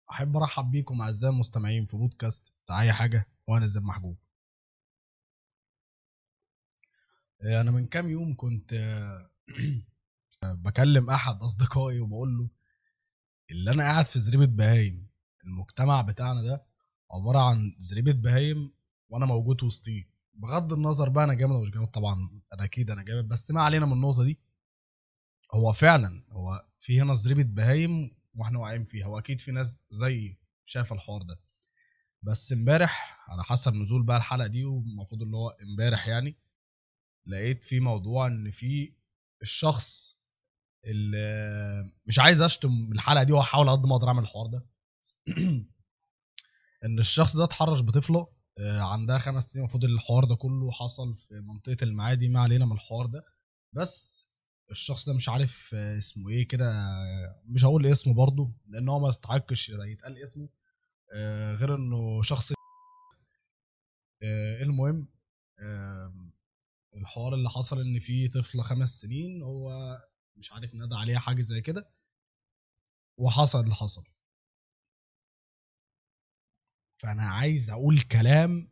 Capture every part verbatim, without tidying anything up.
احب ارحب بيكم اعزائي المستمعين في بودكاست بتاع اي حاجه وانا زي محجوب. آه، انا من كام يوم كنت آه، بكلم احد اصدقائي وبقول له اللي انا قاعد في زريبه بهايم. المجتمع بتاعنا ده عباره عن زريبه بهايم وانا موجود وسطيه. بغض النظر بقى انا جامد ولا مش جامد، طبعا انا اكيد انا جامد، بس ما علينا من النقطه دي. هو فعلا هو في هنا زريبه بهايم واحنا واقعين فيها، واكيد في ناس زي شايف الحوار ده. بس امبارح على حسب نزول بقى الحلقه دي، والمفروض اللي هو امبارح يعني لقيت في موضوع ان في الشخص اللي مش عايز اشتم الحلقه دي وهحاول قد ما اقدر اعمل الحوار ده. ان الشخص ده اتحرش بطفله آه، عندها خمس سنين. المفروض الحوار ده كله حصل في منطقه المعادي، ما علينا من الحوار ده. بس الشخص ده مش عارف آه، اسمه ايه كده. آه، مش هقول اسمه برضه لان هو ما يستحقش يتقال اسمه، آه، غير انه شخص. آه، المهم، آه، الحوار اللي حصل ان في طفله خمس سنين، هو مش عارف نادى عليها حاجه زي كده وحصل اللي حصل. فانا عايز اقول كلام.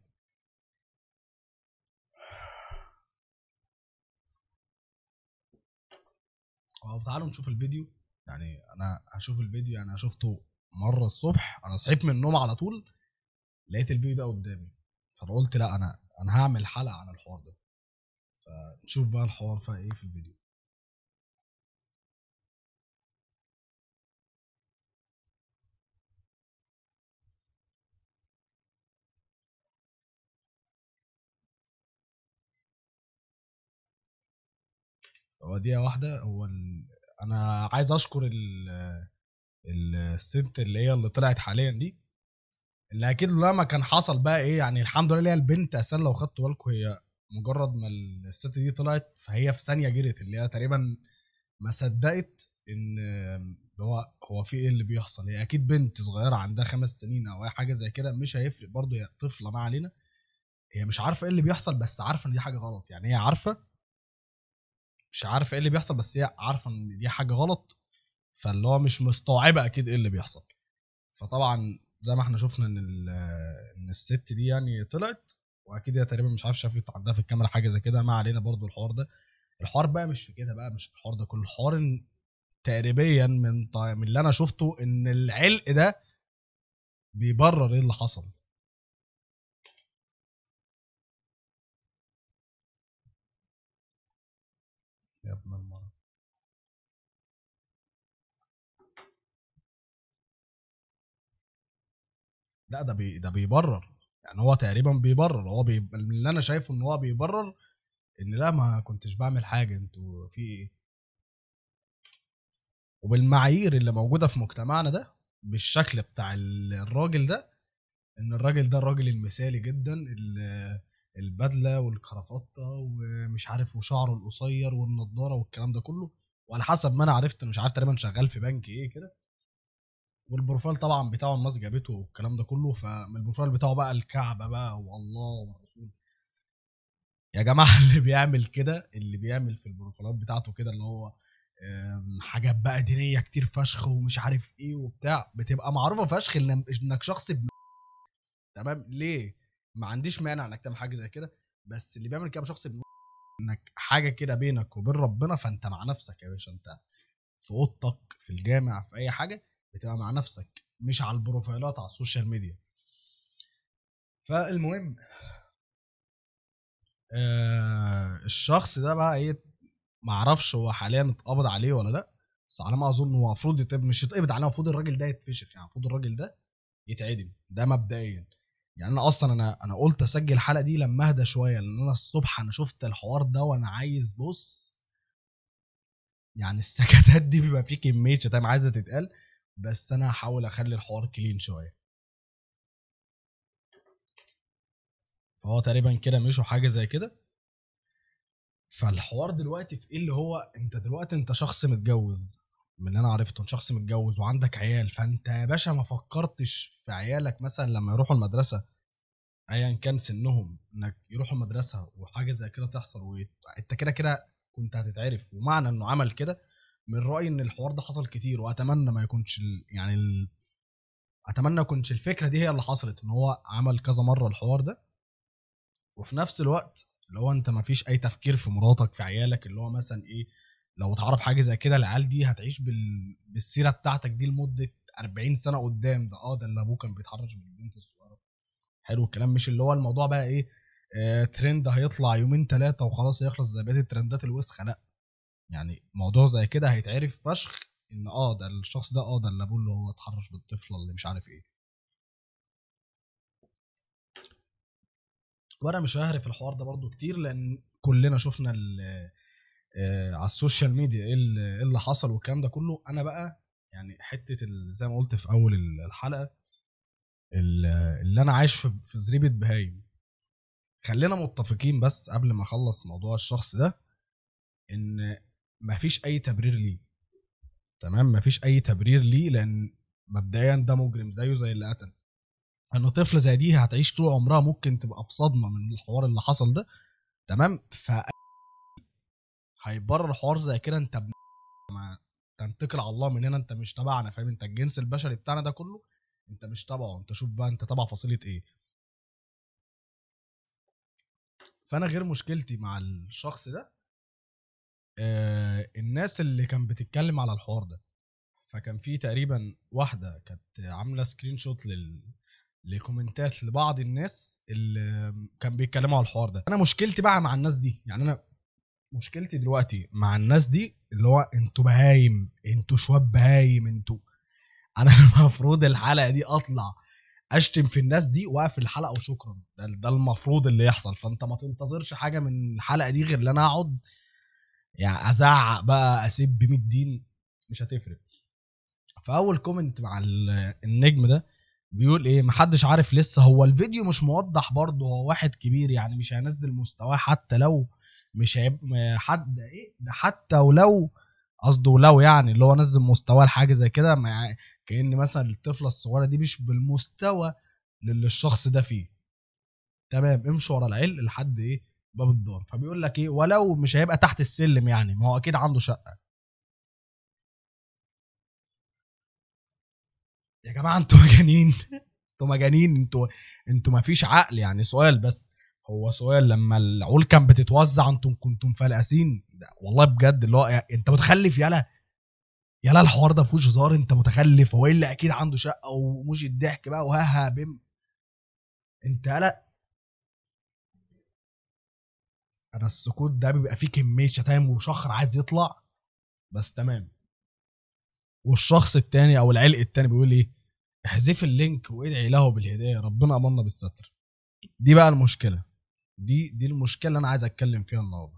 أو تعالوا نشوف الفيديو. يعني انا هشوف الفيديو، يعني انا شفته مره الصبح، انا صحيت من النوم على طول لقيت الفيديو ده قدامي. فانا قلت لا، انا انا هعمل حلقه عن الحوار ده. فنشوف بقى الحوار فيها ايه في الفيديو. هو دقيقه واحده. هو ال... انا عايز اشكر ال... ال- الست اللي هي اللي طلعت حاليا دي، اللي اكيد لما كان حصل بقى ايه. يعني الحمد لله هي البنت اساسا، لو خدتوا بالكم، هي مجرد ما الست دي طلعت فهي في ثانيه جريت، اللي هي تقريبا ما صدقت ان اللي هو هو في ايه اللي بيحصل. هي اكيد بنت صغيره عندها خمس سنين او اي حاجه زي كده، مش هيفرق برضه، هي طفله ما علينا. هي مش عارفه ايه اللي بيحصل بس عارفه ان دي حاجه غلط. يعني هي عارفه، مش عارفه ايه اللي بيحصل بس هي عارفه ان دي حاجه غلط. فاللي هو مش مستوعبه اكيد ايه اللي بيحصل. فطبعا زي ما احنا شفنا ان ال- ان الست دي يعني طلعت، واكيد هي تقريبا مش عارف شافت عندها في الكاميرا حاجه زي كده. ما علينا برضو الحوار ده. الحوار بقى مش في كده بقى، مش في الحوار ده كل الحوار ان تقريبا من طي- من اللي انا شفته ان العلق ده بيبرر ايه اللي حصل. يا ابن المرة. لا، ده بي ده بيبرر. يعني هو تقريبا بيبرر. هو بي... اللي انا شايفه ان هو بيبرر ان لا، ما كنتش بعمل حاجه، انتوا في ايه. وبالمعايير اللي موجوده في مجتمعنا ده، بالشكل بتاع ال- الراجل ده، ان الراجل ده الراجل المثالي جدا، ال- البدله والكرافته ومش عارف وشعره القصير والنضاره والكلام ده كله. وعلى حسب ما انا عرفت، مش عارف، تقريبا شغال في بنك ايه كده. والبروفايل طبعا بتاعه الناس جابته والكلام ده كله. فمن البروفايل بتاعه بقى الكعبه بقى والله والرسول. يا جماعه اللي بيعمل كده، اللي بيعمل في البروفايلات بتاعته كده، اللي هو آم، حاجات بقى دينيه كتير فشخ ومش عارف ايه وبتاع، بتبقى معروفه فشخ إن- انك شخص تمام. ليه؟ ما عنديش مانع انك تعمل حاجه زي كده. بس اللي بيعمل كده شخص ابن، انك حاجه كده بينك وبين ربنا، فانت مع نفسك يا باشا. انت في اوضتك، في الجامع، في اي حاجه، بتبقى مع نفسك، مش على البروفايلات على السوشيال ميديا. فالمهم، آه الشخص ده بقى ايه، ما اعرفش هو حاليا اتقبض عليه ولا لا. بس على ما اظن هو المفروض يتقبض، مش يتقبض عليه، المفروض الراجل ده يتفشخ. يعني المفروض الراجل ده يتعدم، ده مبدئيا. يعني انا اصلا انا انا قلت اسجل الحلقه دي لما اهدى شويه، لان انا الصبح انا شفت الحوار ده وانا عايز بص. يعني السكتات دي بيبقى فيه كميه شتايم عايزه تتقال. بس انا هحاول اخلي الحوار كلين شويه. فهو تقريبا كده مشوا حاجه زي كده. فالحوار دلوقتي في ايه، اللي هو انت دلوقتي انت شخص متجوز. من اللي انا عرفته انت شخص متجوز وعندك عيال. فانت يا باشا ما فكرتش في عيالك مثلا لما يروحوا المدرسه، ايا كان سنهم، انك يروحوا المدرسه وحاجه زي كده تحصل وانت كده كده كنت هتتعرف. ومعنى انه عمل كده، من رايي ان الحوار ده حصل كتير، واتمنى ما يكونش ال... يعني ال... اتمنى كنتش الفكره دي هي اللي حصلت، ان هو عمل كذا مره الحوار ده، وفي نفس الوقت اللي هو انت ما فيش اي تفكير في مراتك في عيالك، اللي هو مثلا ايه لو تعرف حاجه زي كده العيال دي هتعيش بال... بالسيره بتاعتك دي لمده أربعين سنه قدام. ده اه ده اللي ابوه كان بيتحرش بالبنت الصغيره. حلو الكلام. مش اللي هو الموضوع بقى ايه آه ترند هيطلع يومين ثلاثه وخلاص يخلص زي بقيه الترندات الوسخه، لا. يعني موضوع زي كده هيتعرف فشخ ان اه ده الشخص ده اه ده اللي ابوه اللي هو اتحرش بالطفله اللي مش عارف ايه. وانا مش ههري الحوار ده برضو كتير، لان كلنا شفنا آه، على السوشيال ميديا ايه اللي إيه اللي حصل والكلام ده كله. انا بقى يعني حته ال- زي ما قلت في اول الحلقه، ال- اللي انا عايش في في زريبه بهايم. خلينا متفقين بس قبل ما اخلص موضوع الشخص ده ان مفيش اي تبرير ليه. تمام، مفيش اي تبرير ليه، لان مبدئيا ده مجرم زيه زي اللي قتل. انه طفل زي دي هتعيش طول عمرها ممكن تبقى في صدمه من الحوار اللي حصل ده. تمام، فهيبرر حوار زي كده. انت ما تنتقل على الله من هنا، انت مش تبعنا، فاهم؟ انت الجنس البشري بتاعنا ده كله انت مش تبعه. انت شوف بقى انت تبع فصيله ايه. فانا غير مشكلتي مع الشخص ده آه الناس اللي كان بتتكلم على الحوار ده. فكان في تقريبا واحده كانت عامله سكرين شوت لل لكومنتات لبعض الناس اللي كان بيتكلموا على الحوار ده. انا مشكلتي بقى مع الناس دي، يعني انا مشكلتي دلوقتي مع الناس دي اللي هو انتوا بهايم، انتوا شواب بهايم انتوا. انا المفروض الحلقه دي اطلع اشتم في الناس دي واقفل الحلقه وشكرا. ده, ده المفروض اللي يحصل. فانت ما تنتظرش حاجه من الحلقه دي غير ان انا اقعد يعني ازعق بقى اسيب بمية دين، مش هتفرق. فاول كومنت مع ال- النجم ده بيقول ايه؟ محدش عارف لسه، هو الفيديو مش موضح برضه، هو واحد كبير يعني مش هينزل مستواه حتى لو مش هيبقى حد ايه ده، حتى ولو قصده لو يعني اللي هو نزل مستواه لحاجه زي كده، مع كأن مثلا الطفله الصغيره دي مش بالمستوى اللي الشخص ده فيه. تمام، امشوا ورا العيل لحد ايه باب الدار. فبيقول لك ايه ولو مش هيبقى تحت السلم، يعني ما هو اكيد عنده شقه. يا جماعه انتوا مجانين انتوا مجانين انتوا انتوا ما فيش عقل. يعني سؤال بس، هو سؤال، لما العول كان بتتوزع انتم كنتم فلقاسين والله بجد اللي هو يعني انت متخلف يالا. يالا الحوار ده فيهوش هزار، انت متخلف. هو إيه اللي اكيد عنده شقه ومش الضحك بقى وها بم. انت يالا. انا السكوت ده بيبقى فيه كميه شتايم وشخر عايز يطلع، بس تمام. والشخص التاني او العلق التاني بيقول ايه؟ احذف اللينك وادعي له بالهدايه، ربنا امرنا بالستر. دي بقى المشكله. دي دي المشكله اللي انا عايز اتكلم فيها النهارده.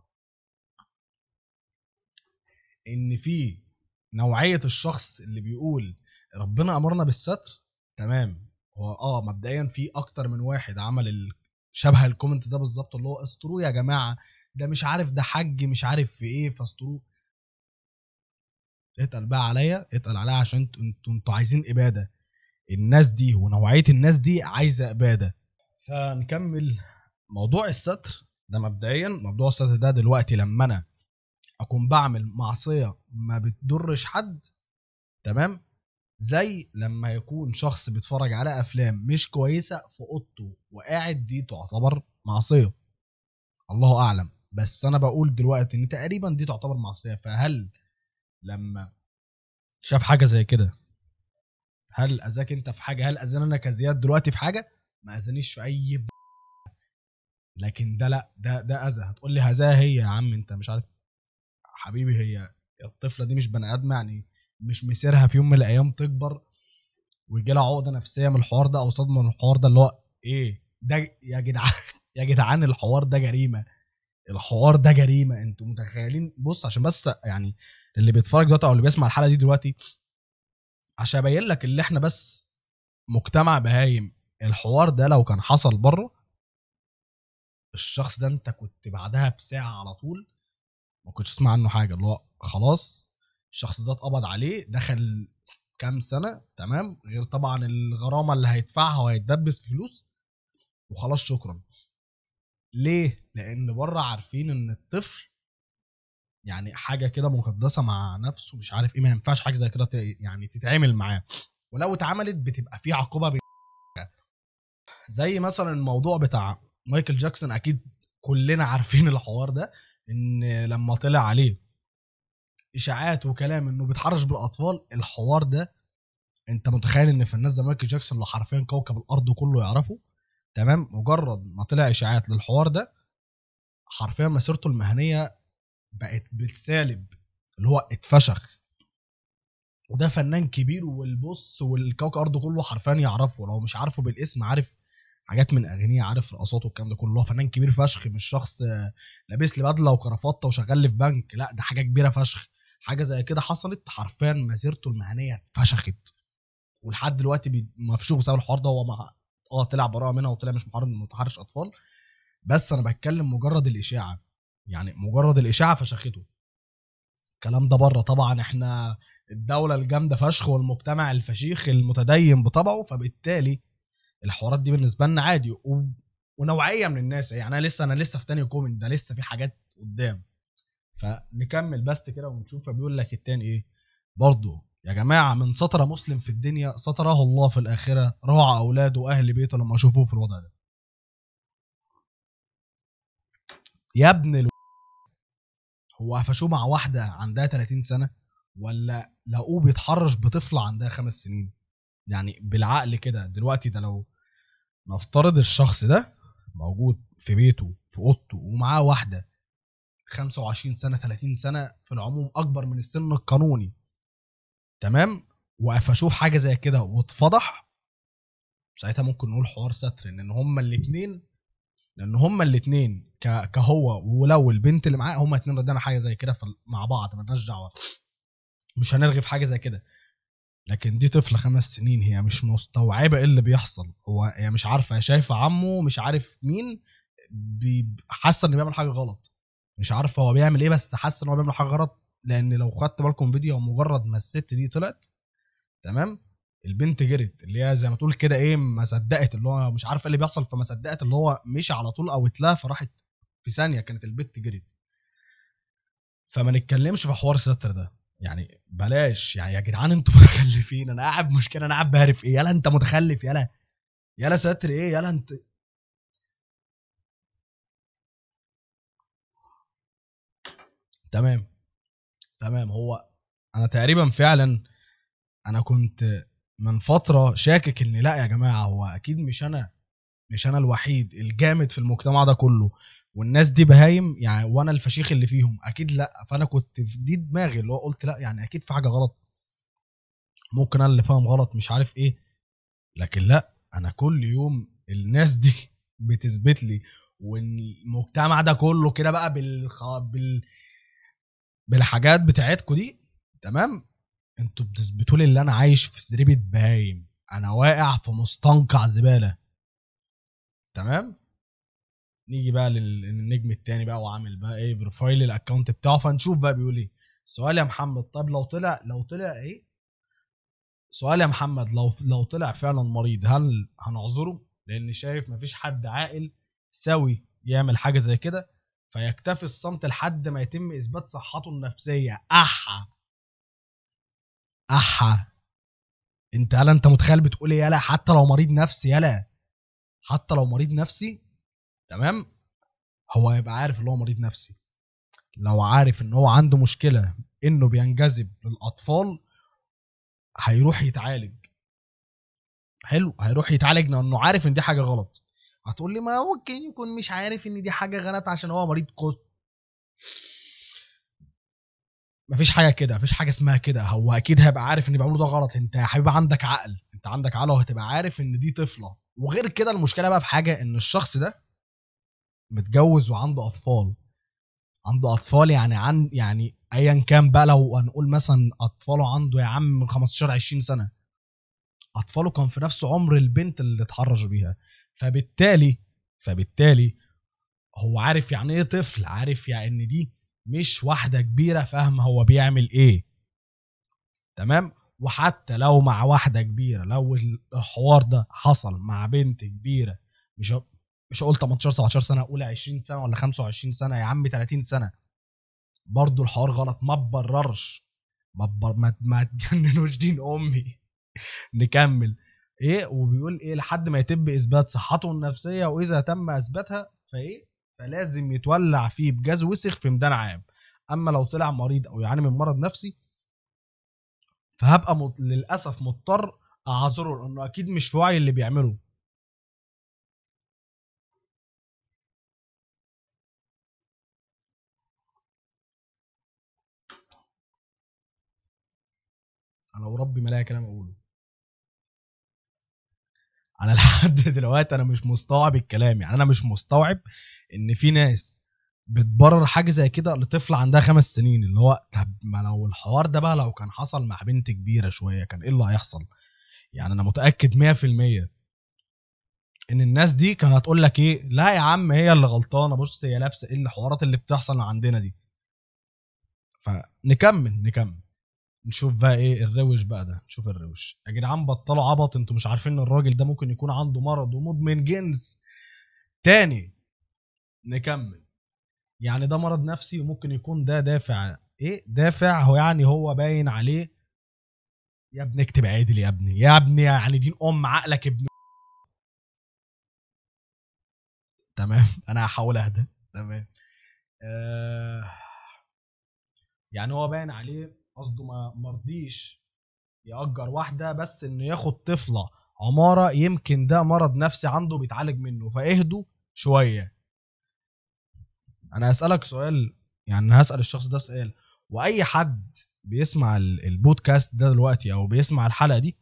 ان في نوعيه الشخص اللي بيقول ربنا امرنا بالستر. تمام، هو اه مبدئيا في اكتر من واحد عمل ال- شبه الكومنت ده بالظبط، اللي هو استروه يا جماعه، ده مش عارف ده حج مش عارف في ايه فاستروه. اتقل بقى عليا، اتقل عليا عشان انتوا انتوا انتوا عايزين اباده. الناس دي ونوعيه الناس دي عايزه اباده. فنكمل موضوع الستر ده. مبدئيا موضوع الستر ده دلوقتي لما انا اكون بعمل معصيه ما بتضرش حد، تمام، زي لما يكون شخص بيتفرج على افلام مش كويسه في اوضته وقاعد، دي تعتبر معصيه. الله اعلم، بس انا بقول دلوقتي ان تقريبا دي تعتبر معصيه. فهل لما شاف حاجه زي كده، هل اذاك انت في حاجه؟ هل اذاني انا كزياد دلوقتي في حاجه؟ ما اذانيش في اي ب... لكن ده لا، ده ده اذى. هتقول لي هذا هي يا عم انت مش عارف. حبيبي هي الطفله دي مش بني ادم يعني، مش مسيرها في يوم من الايام تكبر ويجي لها عقده نفسيه من الحوار ده او صدمه من الحوار ده اللي هو ايه ده يا جدعان يا جدعان الحوار ده جريمه. الحوار ده جريمه. انتوا متخيلين؟ بص عشان بس يعني اللي بيتفرج دلوقتي او اللي بيسمع الحلقه دي دلوقتي، عشان ابين لك اللي احنا بس مجتمع بهايم. الحوار ده لو كان حصل بره، الشخص ده انت كنت بعدها بساعه على طول ما كنتش تسمع عنه حاجه. اللي هو خلاص الشخص ده اتقبض عليه، دخل كام سنه، تمام، غير طبعا الغرامه اللي هيدفعها وهيتدبس في فلوس، وخلاص شكرا. ليه؟ لان بره عارفين ان الطفل يعني حاجه كده مقدسه مع نفسه، مش عارف ايه، ما ينفعش حاجه زي كده ت- يعني تتعامل معاه. ولو اتعملت بتبقى في عقوبه ب... زي مثلا الموضوع بتاع مايكل جاكسون، اكيد كلنا عارفين الحوار ده، ان لما طلع عليه اشاعات وكلام انه بيتحرش بالاطفال. الحوار ده انت متخيل ان فنان زي مايكل جاكسون اللي حرفيا كوكب الارض كله يعرفه، تمام، مجرد ما طلع اشاعات للحوار ده حرفيا مسيرته المهنيه بقت بالسالب، اللي هو اتفشخ. وده فنان كبير والبص والكوكب الارض كله حرفيا يعرفه، لو مش عارفه بالاسم عارف حاجات من اغانيه، عارف رقصاته والكلام ده كله. هو فنان كبير فشخ، مش شخص آه، لابس لي بدله وكرافته وشغال لي في بنك، لا ده حاجه كبيره فشخ. حاجه زي كده حصلت حرفيا مسيرته المهنيه اتفشخت، ولحد دلوقتي بي- مفشوخ بسبب الحوار ده. هو مع اه طلع براءه منها وطلع مش محرم متحرش اطفال، بس انا بتكلم مجرد الاشاعه، يعني مجرد الاشاعه فشخته. الكلام ده بره طبعا، احنا الدوله الجامده فشخ والمجتمع الفشيخ المتدين بطبعه، فبالتالي الحوارات دي بالنسبه لنا عادي و... ونوعيه من الناس. يعني انا لسه انا لسه في تاني كومنت ده، لسه في حاجات قدام. فنكمل بس كده ونشوف. بيقول لك التاني ايه برضه: يا جماعه، من ستر مسلم في الدنيا ستره الله في الاخره، راعى اولاده واهل بيته لما يشوفوه في الوضع ده. يا ابن ال... هو قفشوه مع واحده عندها تلاتين سنه، ولا لقوه بيتحرش بطفله عندها خمس سنين؟ يعني بالعقل كده دلوقتي، ده لو نفترض الشخص ده موجود في بيته في اوضته ومعاه واحده خمسة وعشرين سنه تلاتين سنه في العموم اكبر من السن القانوني، تمام، وقفشوه في حاجه زي كده واتفضح، ساعتها ممكن نقول حوار ستر. ان هما الاثنين، لان هما الاثنين كهو ولو البنت اللي معاه، هما الاثنين ردنا حاجه زي كده مع بعض، مالناش دعوه، مش هنرغي في حاجه زي كده. لكن دي طفله خمس سنين، هي مش مستوعبه ايه اللي بيحصل. هو هي مش عارفه، هي شايفه عمه مش عارف مين بي- حاسه انه بيعمل حاجه غلط، مش عارفه هو بيعمل ايه، بس حاسه ان هو بيعمل حاجه غلط. لان لو خدت بالكم فيديو، مجرد ما الست دي طلعت، تمام، البنت جرت، اللي هي زي ما تقول كده ايه، ما صدقت، اللي هو مش عارفه ايه اللي بيحصل، فما صدقت، اللي هو مشي على طول او اتلهى، فراحت في ثانيه كانت البنت جرت. فما نتكلمش في حوار الستر ده، يعني بلاش، يعني يا جدعان انتوا متخلفين. انا قاعد مشكله، انا قاعد بعرف ايه؟ يلا انت متخلف، يلا يلا ستر ايه، يلا انت. تمام تمام. هو انا تقريبا فعلا انا كنت من فتره شاكك ان لا يا جماعه، هو اكيد مش انا مش انا الوحيد الجامد في المجتمع ده كله، والناس دي بهايم يعني، وانا الفشيخ اللي فيهم اكيد لا. فانا كنت في دي دماغي اللي هو قلت لا، يعني اكيد في حاجه غلط، ممكن انا اللي فاهم غلط مش عارف ايه. لكن لا، انا كل يوم الناس دي بتثبت لي، والمجتمع ده كله كده بقى بالخ... بال... بالحاجات بتاعتكو دي، تمام، انتوا بتثبتوا لي اللي انا عايش في زريبة بهايم، انا واقع في مستنقع زبالة. تمام. نيجي بقى لل- للنجم التاني بقى، وعامل بقى ايه بروفايل الاكونت بتاعه، فنشوف بقى بيقول ايه. سؤال يا محمد: طب لو طلع لو طلع ايه سؤال يا محمد: لو لو طلع فعلا مريض، هل هنعذره؟ لان شايف مفيش حد عاقل سوي يعمل حاجه زي كده، فيكتفي الصمت لحد ما يتم اثبات صحته النفسيه. احا احا انت يالا، انت متخيل بتقول ايه؟ يالا حتى لو مريض نفسي، يالا حتى لو مريض نفسي، تمام، هو هيبقى عارف ان هو مريض نفسي. لو عارف ان هو عنده مشكله انه بينجذب للاطفال، هيروح يتعالج. حلو، هيروح يتعالج لانه عارف ان دي حاجه غلط. هتقول لي ما ممكن يكون مش عارف ان دي حاجه غلط عشان هو مريض قسط. مفيش حاجه كده، مفيش حاجه اسمها كده. هو اكيد هيبقى عارف ان اللي بيعمله ده غلط. انت يا حبيبي عندك عقل، انت عندك عقل، وهتبقى عارف ان دي طفله. وغير كده المشكله بقى في حاجه، ان الشخص ده متجوز وعنده اطفال. عنده اطفال يعني عن يعني ايا كان بقى، لو هنقول مثلا اطفاله عنده يا عم خمستاشر عشرين سنه، اطفاله كان في نفس عمر البنت اللي اتحرش بيها. فبالتالي فبالتالي هو عارف يعني ايه طفل، عارف يعني ان دي مش واحده كبيره فاهمه هو بيعمل ايه. تمام. وحتى لو مع واحده كبيره، لو الحوار ده حصل مع بنت كبيره، مش مش هقول تمنتاشر سبعتاشر سنه، اقول عشرين سنه ولا خمسة وعشرين سنه، يا عم تلاتين سنه، برضو الحوار غلط. ما تبررش، ما تبر... ما, ما تجننوش دين امي. نكمل. ايه وبيقول ايه لحد ما يتم اثبات صحته النفسيه، واذا تم اثباتها فايه فلازم يتولع فيه بجاز وسخ في ميدان عام. اما لو طلع مريض او يعاني من مرض نفسي فهبقى مط... للاسف مضطر اعذره، لانه اكيد مش في وعي اللي بيعمله. انا وربي ما لاقي كلام اقوله. انا لحد دلوقتي انا مش مستوعب الكلام، يعني انا مش مستوعب ان في ناس بتبرر حاجه زي كده لطفل عندها خمس سنين. اللي هو طب ما لو الحوار ده بقى لو كان حصل مع بنت كبيره شويه كان ايه اللي هيحصل؟ يعني انا متاكد مية في المية ان الناس دي كانت هتقول لك ايه، لا يا عم هي اللي غلطانه، بص هي لابسه ايه الحوارات اللي بتحصل عندنا دي. فنكمل نكمل نشوف بقى ايه الروش بقى ده. نشوف الروش يا جدعان، بطلوا عبط. انتوا مش عارفين ان الراجل ده ممكن يكون عنده مرض ومدمن جنس تاني؟ نكمل. يعني ده مرض نفسي، وممكن يكون ده دافع. ايه دافع؟ هو يعني هو باين عليه. يا ابني اكتب عادل يا ابني، يا ابني يعني دين ام عقلك ابن. تمام. انا هحاول اهدى. تمام. آه يعني هو باين عليه قصده ما مرضيش يأجر واحدة، بس انه ياخد طفلة عمارة. يمكن ده مرض نفسي عنده بيتعالج منه، فاهدوا شوية. انا هسألك سؤال، يعني هسأل الشخص ده سؤال، واي حد بيسمع البودكاست ده دلوقتي او بيسمع الحلقة دي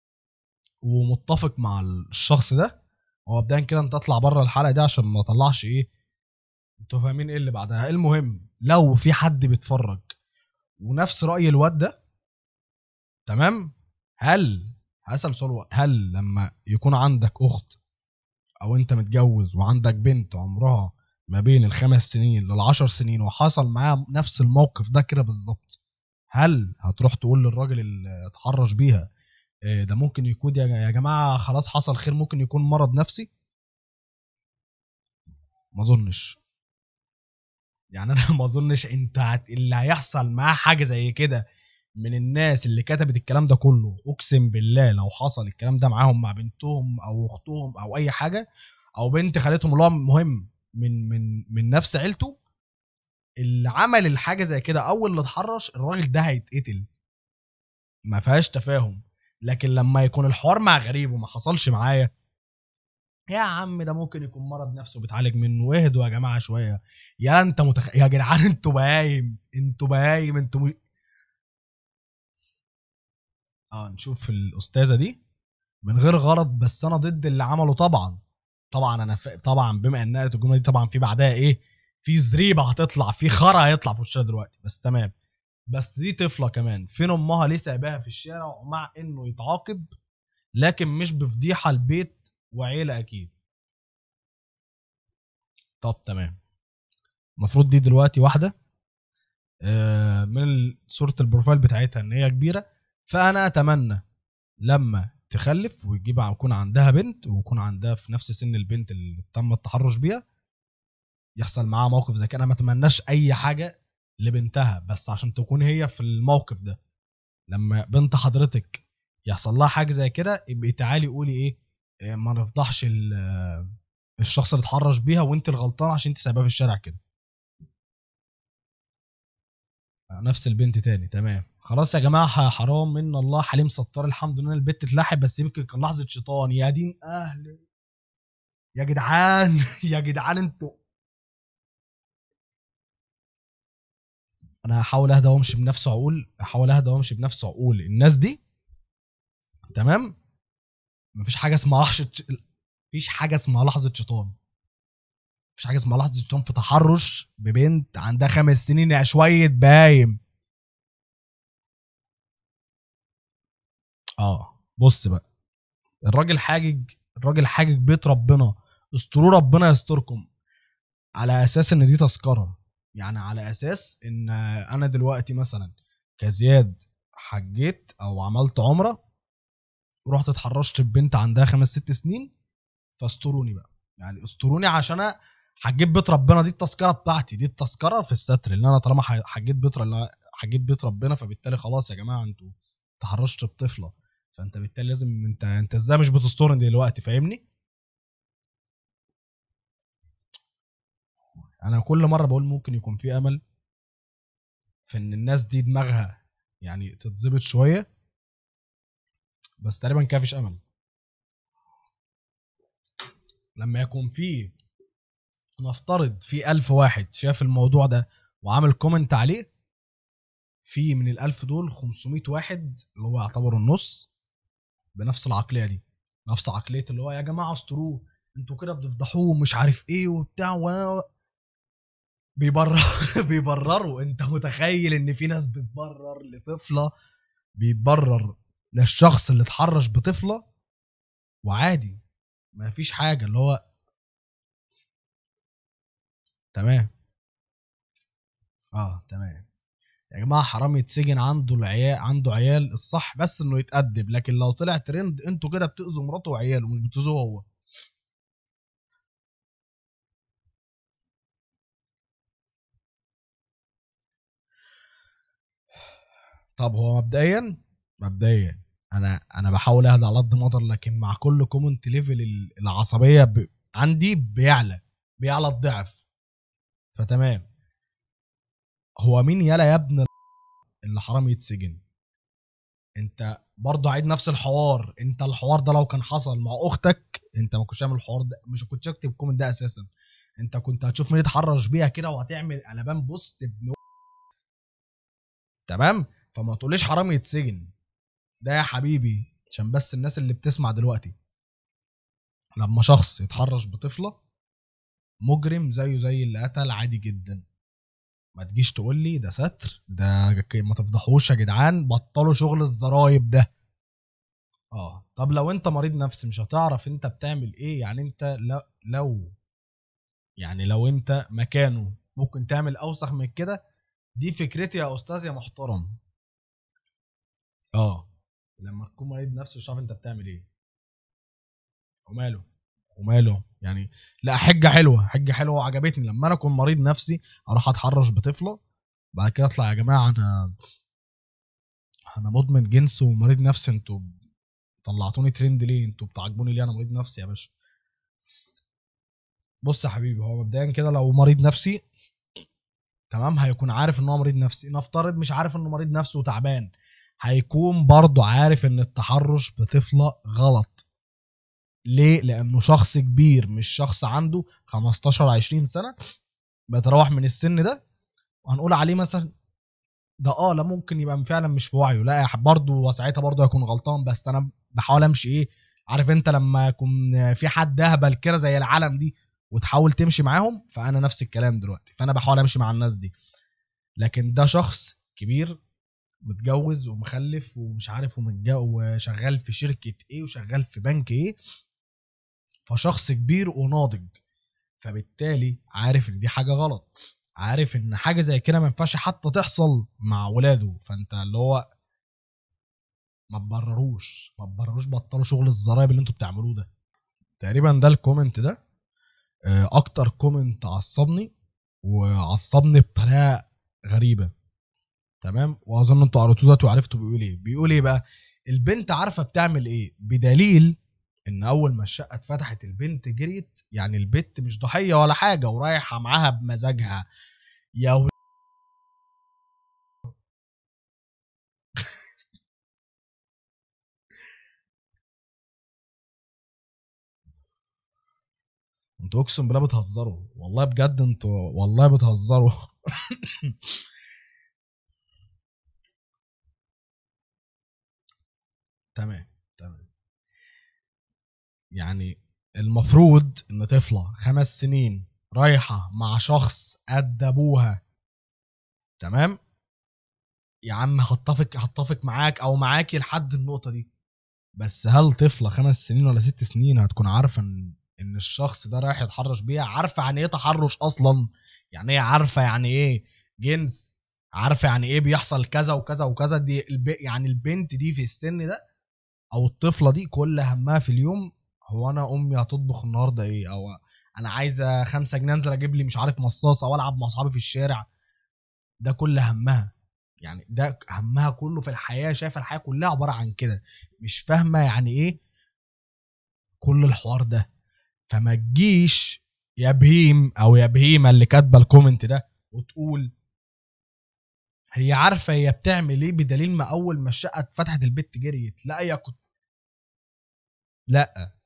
ومتفق مع الشخص ده، هو بداية كده انت اطلع بره الحلقة دي عشان ما اطلعش ايه، انتوا فاهمين ايه اللي بعدها. المهم لو في حد بيتفرج ونفس رأي الواد ده، تمام، هل هسأل سؤال، هل لما يكون عندك اخت او انت متجوز وعندك بنت عمرها ما بين الخمس سنين للعشر سنين وحصل معاه نفس الموقف ده كده بالظبط، هل هتروح تقول للراجل اللي اتحرش بيها إيه ده ممكن يكون يا جماعة خلاص حصل خير، ممكن يكون مرض نفسي؟ ما اظنش. يعني انا ما اظنش انت هت... اللي هيحصل معاه حاجة زي كده من الناس اللي كتبت الكلام ده كله، اقسم بالله لو حصل الكلام ده معاهم مع بنتهم او اختهم او اي حاجه، او بنت خالتهم اللي هو مهم من من من نفس عيلته، اللي عمل الحاجه زي كده او اللي اتحرش الراجل ده هيتقتل. ما فيهاش تفاهم. لكن لما يكون الحوار مع غريب وما حصلش معايا، يا عم ده ممكن يكون مرض نفسه بيتعالج منه. واهدوا يا جماعه شويه. يا انت متخ... يا جدعان انتوا بهايم، انتوا بهايم انتوا م... اه نشوف الاستاذه دي من غير غلط، بس انا ضد اللي عمله طبعا. طبعا انا ف... طبعا بما ان قالت الجمله دي طبعا في بعدها ايه، في زريبه هتطلع، في خرا هيطلع في وشها دلوقتي، بس تمام. بس دي طفله كمان، فين امها ليه سايباها في الشارع مع انه يتعاقب، لكن مش بفضيحه البيت وعيله اكيد. طب تمام. المفروض دي دلوقتي واحده آه، من صوره البروفايل بتاعتها ان هي كبيره. فانا اتمنى لما تخلف ويجيب يكون عندها بنت ويكون عندها في نفس سن البنت اللي تم التحرش بيها، يحصل معاها موقف زي كده. انا ما اتمناش اي حاجه لبنتها، بس عشان تكون هي في الموقف ده لما بنت حضرتك يحصل لها حاجه زي كده، يبقى تعالي قولي ايه، إيه، ما نفضحش ال- آه، الشخص اللي اتحرش بيها وانت الغلطان عشان انت سايباه في الشارع كده. نفس البنت تاني. تمام خلاص يا جماعه، حرام من الله حليم ستار، الحمد لله البنت اتلحق، بس يمكن كان لحظه شيطان. يا دين اهل يا جدعان يا جدعان انتوا. انا هحاول اهدى وامشي بنفس عقول، احاول اهدى وامشي بنفس عقول الناس دي. تمام. مفيش حاجه اسمها لحظه، مفيش حاجه اسمها لحظه شيطان. مفيش حاجه اسمها لحظه شيطان في تحرش ببنت عندها خمس سنين يا شويه بايم. اه بص بقى، الراجل حاجج، الراجل حاجج بيت ربنا، استروا ربنا يستركم، على اساس ان دي تذكره. يعني على اساس ان انا دلوقتي مثلا كزياد حجيت او عملت عمره ورحت اتحرشت ببنت عندها خمس ست سنين، فاستروني بقى. يعني استروني عشان انا حجيت بيت ربنا، دي التذكره بتاعتي، دي التذكره في الستر، اللي انا طالما حجيت بيت حجيت بيت ربنا، فبالتالي خلاص يا جماعه انتوا تحرشت بطفله فانت بالتالي لازم انت انت ازاي مش بتستورن دلوقتي؟ فاهمني؟ انا كل مره بقول ممكن يكون في امل في ان الناس دي دماغها يعني تتظبط شويه، بس تقريبا كده مفيش امل. لما يكون في، نفترض في ألف واحد شاف الموضوع ده وعامل كومنت عليه، في من الألف دول خمسمية واحد اللي هو يعتبر النص بنفس العقليه دي، نفس عقليه اللي هو يا جماعه استروه، انتوا كده بتفضحوه مش عارف ايه وبتاع و بيبرر بيبرروا. انت متخيل ان في ناس بتبرر لطفله، بيتبرر للشخص اللي اتحرش بطفله وعادي ما فيش حاجه اللي هو تمام. اه تمام. يا جماعه حرام يتسجن، عنده العيال، عنده عيال، الصح بس انه يتأدب، لكن لو طلع ترند انتوا كده بتأذوا مراته وعياله مش بتأذوه هو. طب هو مبدئيا، مبدئيا انا انا بحاول اهدى على قد ما اقدر، لكن مع كل كومنت ليفل العصبيه ب... عندي بيعلى، بيعلى الضعف. فتمام. هو مين يالا يا ابن اللي حرام يتسجن؟ انت برضه عيد نفس الحوار. انت الحوار ده لو كان حصل مع اختك انت ما كنتش تعمل الحوار ده، مش كنتش اكتب الكومنت ده اساسا. انت كنت هتشوف مين يتحرش بيها كده وهتعمل قلبان بوست ابن. تمام. فما تقوليش حرام يتسجن. ده يا حبيبي عشان بس الناس اللي بتسمع دلوقتي، لما شخص يتحرش بطفله مجرم زيه زي اللي قتل عادي جدا. ما تجيش تقول لي ده ستر ده، ما تفضحوش يا جدعان، بطلوا شغل الزرايب ده. اه طب لو انت مريض نفسي مش هتعرف انت بتعمل ايه؟ يعني انت لا لو، يعني لو انت مكانه ممكن تعمل اوسخ من كده. دي فكرتي يا استاذ يا محترم. اه لما تكون مريض نفسي مش عارف انت بتعمل ايه. وماله، وماله يعني. لا حجه حلوه، حجه حلوه وعجبتني. لما انا اكون مريض نفسي اروح اتحرش بطفله، بعد كده اطلع يا جماعه انا انا مدمن جنس ومريض نفسي، انتوا طلعتوني ترند ليه؟ انتوا بتعاقبوني ليه؟ انا مريض نفسي يا باشا. بص يا حبيبي، هو مبدئيا كده لو مريض نفسي تمام هيكون عارف ان هو مريض نفسي. نفترض مش عارف انه مريض نفسي وتعبان، هيكون برضه عارف ان التحرش بطفله غلط. ليه؟ لانه شخص كبير مش شخص عنده خمستاشر عشرين سنه بيتراوح من السن ده، وهنقول عليه مثلا ده اه لا ممكن يبقى فعلا مش في وعيه، لا برضه وساعتها برضه هيكون غلطان. بس انا بحاول امشي ايه، عارف انت لما يكون في حد اهبل كده زي العالم دي وتحاول تمشي معاهم، فانا نفس الكلام دلوقتي، فانا بحاول امشي مع الناس دي. لكن ده شخص كبير متجوز ومخلف ومش عارف ومتجوز وشغال في شركة ايه وشغال في بنك ايه، فشخص كبير وناضج، فبالتالي عارف ان دي حاجة غلط، عارف ان حاجة زي كده ما ينفعش حتى تحصل مع ولاده. فانت اللي هو ما تبرروش، ما تبرروش، بطلوا شغل الزرايب اللي انتوا بتعملوه ده. تقريبا ده الكومنت ده آه، اكتر كومنت عصبني، وعصبني بطريقة غريبة. تمام. واظن انتوا قريتوه دلوقتي وعرفتوا بيقول ايه. بيقول ايه بقى؟ البنت عارفه بتعمل ايه، بدليل ان اول ما الشقه اتفتحت البنت جريت. يعني البنت مش ضحيه ولا حاجه ورايحه معاها بمزاجها. يا ول... انتوا اقسم بالله بتهزروا، والله بجد انتوا والله بتهزروا. تمام تمام. يعني المفروض ان طفله خمس سنين رايحه مع شخص قد ابوها، تمام. يا عم هتفق هتفق معاك او معاكي لحد النقطه دي، بس هل طفله خمس سنين ولا ست سنين هتكون عارفه ان ان الشخص ده رايح يتحرش بيها؟ عارفه يعني ايه تحرش اصلا؟ يعني ايه عارفه يعني ايه جنس؟ عارفه يعني ايه بيحصل كذا وكذا وكذا؟ دي الب... يعني البنت دي في السن ده او الطفله دي كل همها في اليوم هو انا امي هتطبخ النهارده ايه، او انا عايزه خمسة جنيه انزل اجيب لي مش عارف مصاصه والعب مع اصحابي في الشارع. ده كل همها. يعني ده همها كله في الحياه، شايفه الحياه كلها عباره عن كده. مش فاهمه يعني ايه كل الحوار ده. فما تجيش يا بهيم او يا بهيمه اللي كاتبه الكومنت ده وتقول هي عارفه هي بتعمل ايه بدليل ما اول ما الشقه اتفتحت البت جريت. لا يا كنت لا،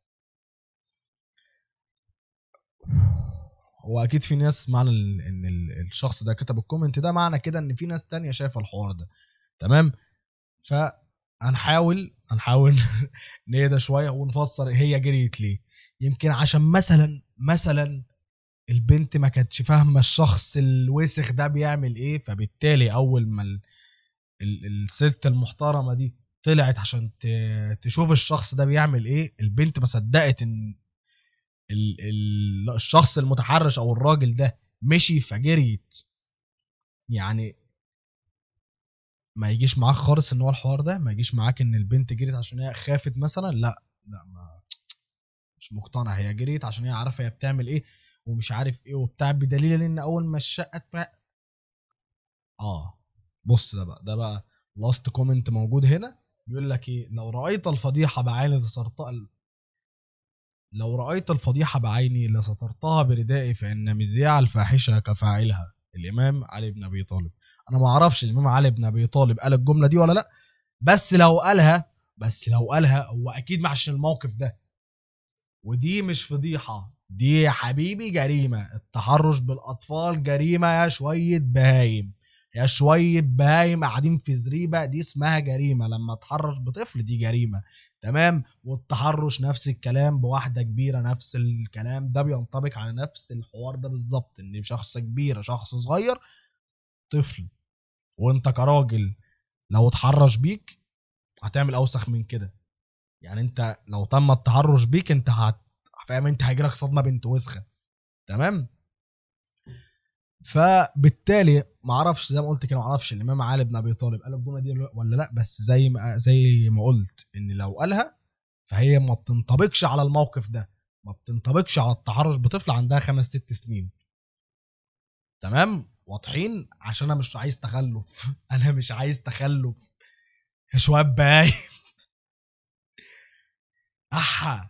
هو اكيد في ناس معنى ان الشخص ده كتب الكومنت ده معنى كده ان في ناس تانية شايفه الحوار ده. تمام. فهنحاول هنحاول نهدى شويه ونفسر هي جريت ليه. يمكن عشان مثلا مثلا البنت ما كانتش فاهمه الشخص الوسخ ده بيعمل ايه، فبالتالي اول ما ال... ال... الست المحترمه دي طلعت عشان ت... تشوف الشخص ده بيعمل ايه، البنت ما صدقت ان ال... ال... الشخص المتحرش او الراجل ده مشي فجريت. يعني ما يجيش معاك خالص ان هو الحوار ده، ما يجيش معاك ان البنت جريت عشان هي خافت مثلا. لا لا، ما مش مقتنع. هي جريت عشان هي عارفه هي بتعمل ايه ومش عارف ايه وبتاع، بدليل ان اول ما الشقه اتف- اه بص، ده بقى ده بقى لاست كومنت موجود هنا. بيقول لك ايه: لو رايت الفضيحه بعين لسترتها لو رايت الفضيحه بعيني لسترتها بردائي، فان مذياع الفاحشه كفاعلها. الامام علي بن ابي طالب. انا ما اعرفش الامام علي بن ابي طالب قال الجمله دي ولا لا، بس لو قالها بس لو قالها هو اكيد ما عشان الموقف ده. ودي مش فضيحة، دي يا حبيبي جريمة. التحرش بالأطفال جريمة يا شوية بهايم، يا شوية بهايم قاعدين في زريبة، دي اسمها جريمة. لما تحرش بطفل دي جريمة. تمام. والتحرش نفس الكلام بواحدة كبيرة، نفس الكلام ده بينطبق على نفس الحوار ده بالظبط، ان شخص كبير شخص صغير طفل. وانت كراجل لو اتحرش بيك هتعمل اوسخ من كده. يعني انت لو تم التحرش بيك انت هت فاهم، انت هيجيلك صدمه بنت وسخه. تمام. فبالتالي ما اعرفش، زي ما قلت كده ما اعرفش الامام علي بن ابي طالب قال الجمله دي ولا لا، بس زي ما زي ما قلت ان لو قالها فهي ما بتنطبقش على الموقف ده، ما بتنطبقش على التحرش بطفل عندها خمس ست سنين. تمام. واضحين؟ عشان انا مش عايز تخلف انا مش عايز تخلف يا شباب باي. احا.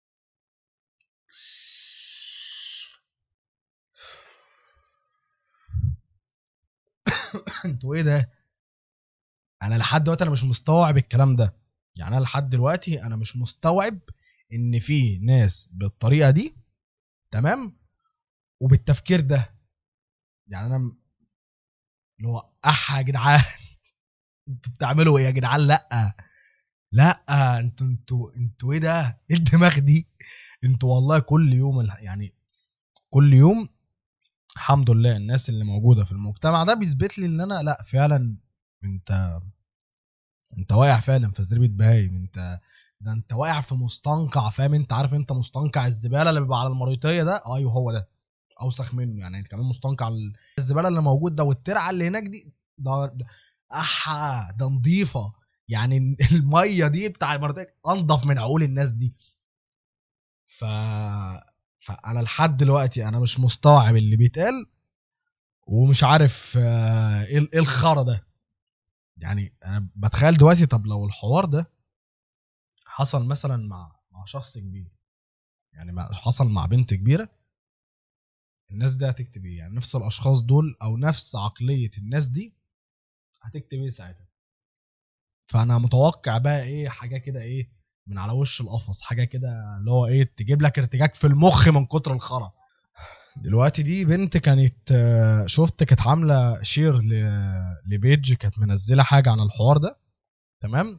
انتوا ايه ده؟ انا لحد دلوقتي انا مش مستوعب الكلام ده. يعني انا لحد دلوقتي انا مش مستوعب ان في ناس بالطريقه دي. تمام. وبالتفكير ده. يعني انا م- اللي هو اح يا جدعان. انتوا بتعملوا ايه يا جدعان؟ لا لا، انتوا انتوا انتوا ايه ده؟ ايه الدماغ دي؟ انتوا والله كل يوم الح- يعني كل يوم الحمد لله الناس اللي موجوده في المجتمع ده بيثبت لي ان انا لا فعلا. انت انت واقع فعلا في زريبه بهايم. انت ده انت واقع في مستنقع. فاهم؟ انت عارف انت مستنقع الزباله اللي بيبقى على المريطيه ده؟ ايوه هو ده. اوسخ منه يعني. انت كمان مستنقع الزباله اللي موجود ده والترعه اللي هناك دي. ده, ده احا ده نظيفه. يعني الميه دي بتاع المريطيه انضف من عقول الناس دي. ف فانا لحد دلوقتي انا مش مستوعب اللي بيتقال. ومش عارف آه، ايه ايه الخرا ده. يعني انا بتخيل دلوقتي طب لو الحوار ده حصل مثلا مع مع شخص كبير، يعني مع حصل مع بنت كبيره، الناس دي هتكتب ايه؟ يعني نفس الاشخاص دول او نفس عقليه الناس دي هتكتب ايه ساعتها؟ فانا متوقع بقى ايه حاجه كده ايه من على وش القفص، حاجه كده اللي هو ايه تجيب لك ارتجاج في المخ من كتر الخرا. دلوقتي دي بنت كانت آه، شفت كانت عامله شير ل- لبيج كانت منزله حاجه عن الحوار ده. تمام.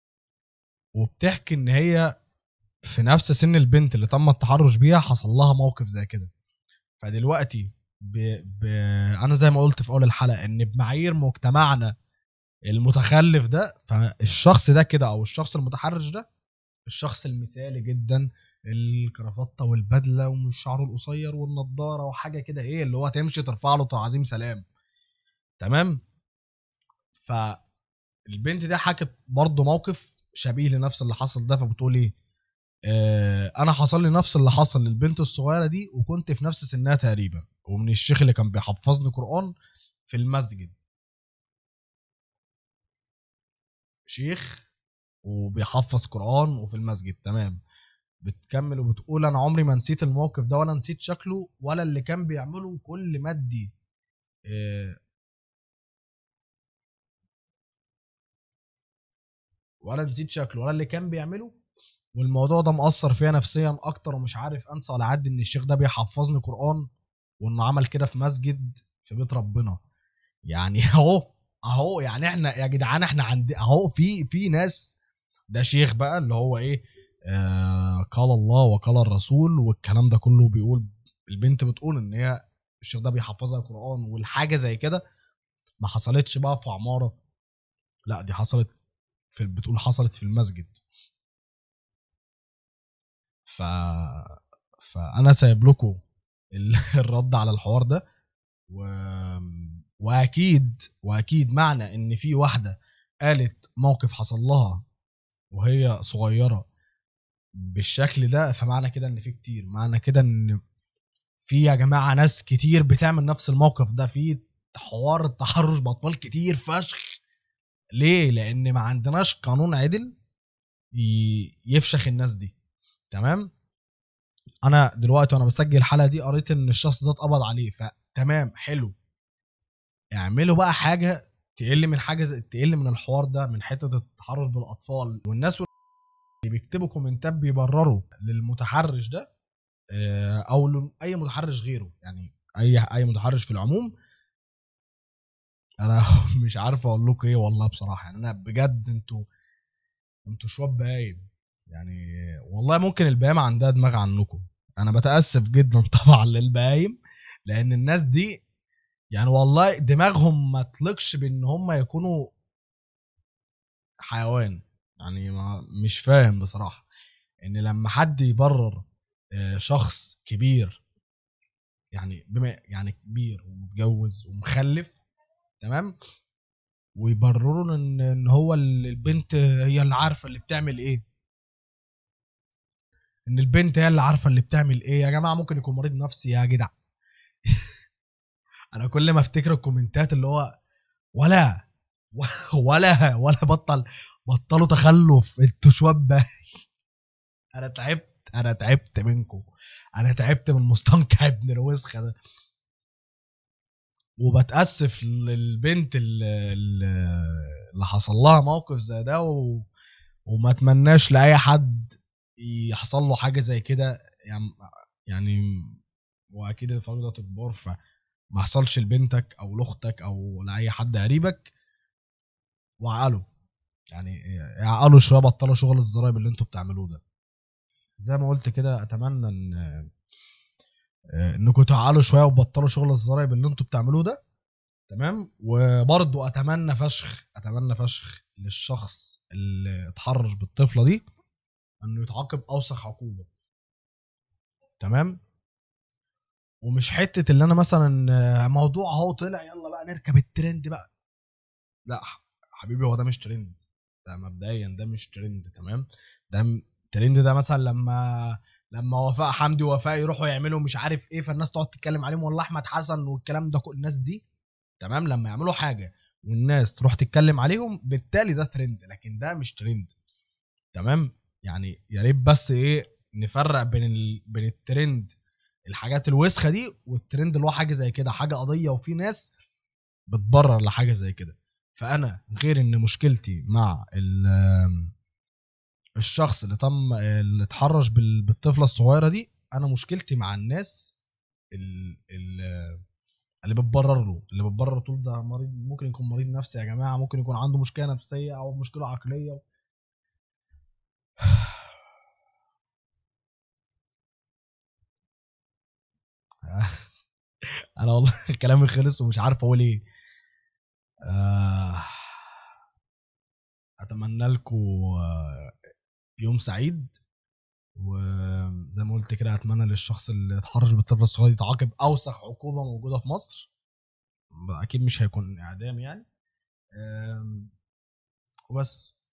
وبتحكي ان هي في نفس سن البنت اللي تم التحرش بيها حصل لها موقف زي كده. فدلوقتي ب... ب... انا زي ما قلت في اول الحلقه ان بمعايير مجتمعنا المتخلف ده، فالشخص ده كده او الشخص المتحرش ده الشخص المثالي جدا. الكرافته والبدله ومش شعره القصير والنضاره وحاجه كده ايه اللي هو تمشي ترفع له تعظيم سلام. تمام. فالبنت دي حكت برضه موقف شبيه لنفس اللي حصل ده. فبتقول ايه: آه انا حصل لي نفس اللي حصل للبنت الصغيره دي وكنت في نفس سنها تقريبا، ومن الشيخ اللي كان بيحفظني قران في المسجد. شيخ وبيحفظ قرآن وفي المسجد، تمام. بتكمل وبتقول انا عمري ما نسيت الموقف ده ولا نسيت شكله ولا اللي كان بيعمله، كل ما ادي آه، ولا نسيت شكله ولا اللي كان بيعمله، والموضوع ده مأثر فيا نفسيا اكتر، ومش عارف انسى ولا اعدي ان الشيخ ده بيحفظني قرآن، وانه عمل كده في مسجد في بيت ربنا. يعني اهو، اهو يعني احنا يا جدعان احنا عند اهو في في ناس، ده شيخ بقى اللي هو ايه، آه قال الله وقال الرسول والكلام ده كله، بيقول البنت بتقول ان هي الشيخ ده بيحفظها القرآن والحاجة زي كده. ما حصلتش بقى في عمارة، لا دي حصلت في، بتقول حصلت في المسجد. ف فانا سايب لكم ال- الرد على الحوار ده. و... واكيد واكيد معنى ان في واحده قالت موقف حصل لها وهي صغيره بالشكل ده، فمعنى كده ان في كتير، معنى كده ان في يا جماعه ناس كتير بتعمل نفس الموقف ده، في حوار التحرش باطفال كتير فشخ. ليه؟ لان ما عندناش قانون عدل ي- يفشخ الناس دي. تمام. انا دلوقتي وانا بسجل الحلقه دي قريت ان الشخص ده اتقبض عليه، فتمام حلو. اعملوا بقى حاجه تقل من حاجه زي- تقل من الحوار ده، من حته التحرش بالاطفال. والناس اللي بيكتبوا كومنتات بيبرروا للمتحرش ده، آه، او لاي متحرش غيره، يعني اي اي متحرش في العموم. انا مش عارف اقول لكم ايه والله بصراحه، يعني انا بجد انتوا انتوا شويه باين يعني. والله ممكن البهايم عندها دماغ عنكم. انا بتاسف جدا طبعا للبهايم، لان الناس دي يعني والله دماغهم ما تلقش بان هم يكونوا حيوان. يعني ما مش فاهم بصراحة ان لما حد يبرر آه، شخص كبير، يعني بما يعني كبير ومتجوز ومخلف، تمام، ويبرروا له ان ان هو ال- البنت هي اللي عارفة اللي بتعمل ايه، ان البنت هي اللي عارفة اللي بتعمل ايه. يا جماعة ممكن يكون مريض نفسي يا جدع. انا كل ما افتكر الكومنتات اللي هو ولا ولا ولا بطل، بطلوا تخلف انتوا شويه. انا تعبت، انا تعبت منكم، انا تعبت من مستنقع ابن الوسخه ده. وبتاسف للبنت اللي, اللي حصل لها موقف زي ده، و... وما اتمناش لاي حد يحصل له حاجه زي كده يعني. يعني واكيد الفرق ده تكبر، فما يحصلش لبنتك او لاختك او لاي حد قريبك. وعقلوا، يعني عقلوا شويه، بطلوا شغل الزرايب اللي انتوا بتعملوه ده. زي ما قلت كده، اتمنى ان آه، انكم تعالوا شويه وبطلوا شغل الزرايب اللي انتوا بتعملوه ده. تمام. وبرضو اتمنى فشخ، اتمنى فشخ للشخص اللي اتحرش بالطفله دي انه يتعاقب اوسخ عقوبه. تمام. ومش حته اللي انا مثلا آه، موضوع اهو طلع يلا بقى نركب الترند بقى. لا حبيبي، هو ده مش ترند. ده مبدئيا ده مش ترند. تمام. ده م- ترند ده مثلا لما لما وفاء حمدي ووفاء يروحوا يعملوا مش عارف ايه، فالناس تقعد تتكلم عليهم، والله احمد حسن والكلام ده، كل الناس دي تمام لما يعملوا حاجه والناس تروح تتكلم عليهم، بالتالي ده ترند، لكن ده مش ترند. تمام. يعني يا ريت بس ايه نفرق بين ال... بين الترند، الحاجات الوسخه دي، والترند اللي هو حاجه زي كده، حاجه قضيه وفي ناس بتبرر لحاجه زي كده. فانا غير ان مشكلتي مع ال- الشخص اللي تم اللي اتحرش بال- بالطفله الصغيره دي، انا مشكلتي مع الناس ال- ال- اللي بتبرر له، اللي بتبرر طول ده مريض، ممكن يكون مريض نفسي يا جماعه، ممكن يكون عنده مشكله نفسيه او مشكله عقليه. انا والله كلامي خلص ومش عارف اقول ايه. آه، اتمنى لكم يوم سعيد. وزي ما قلت كده، اتمنى للشخص اللي اتحرش بالطفل الصغير يتعاقب اوسخ عقوبه موجوده في مصر. اكيد مش هيكون اعدام يعني. أم، وبس.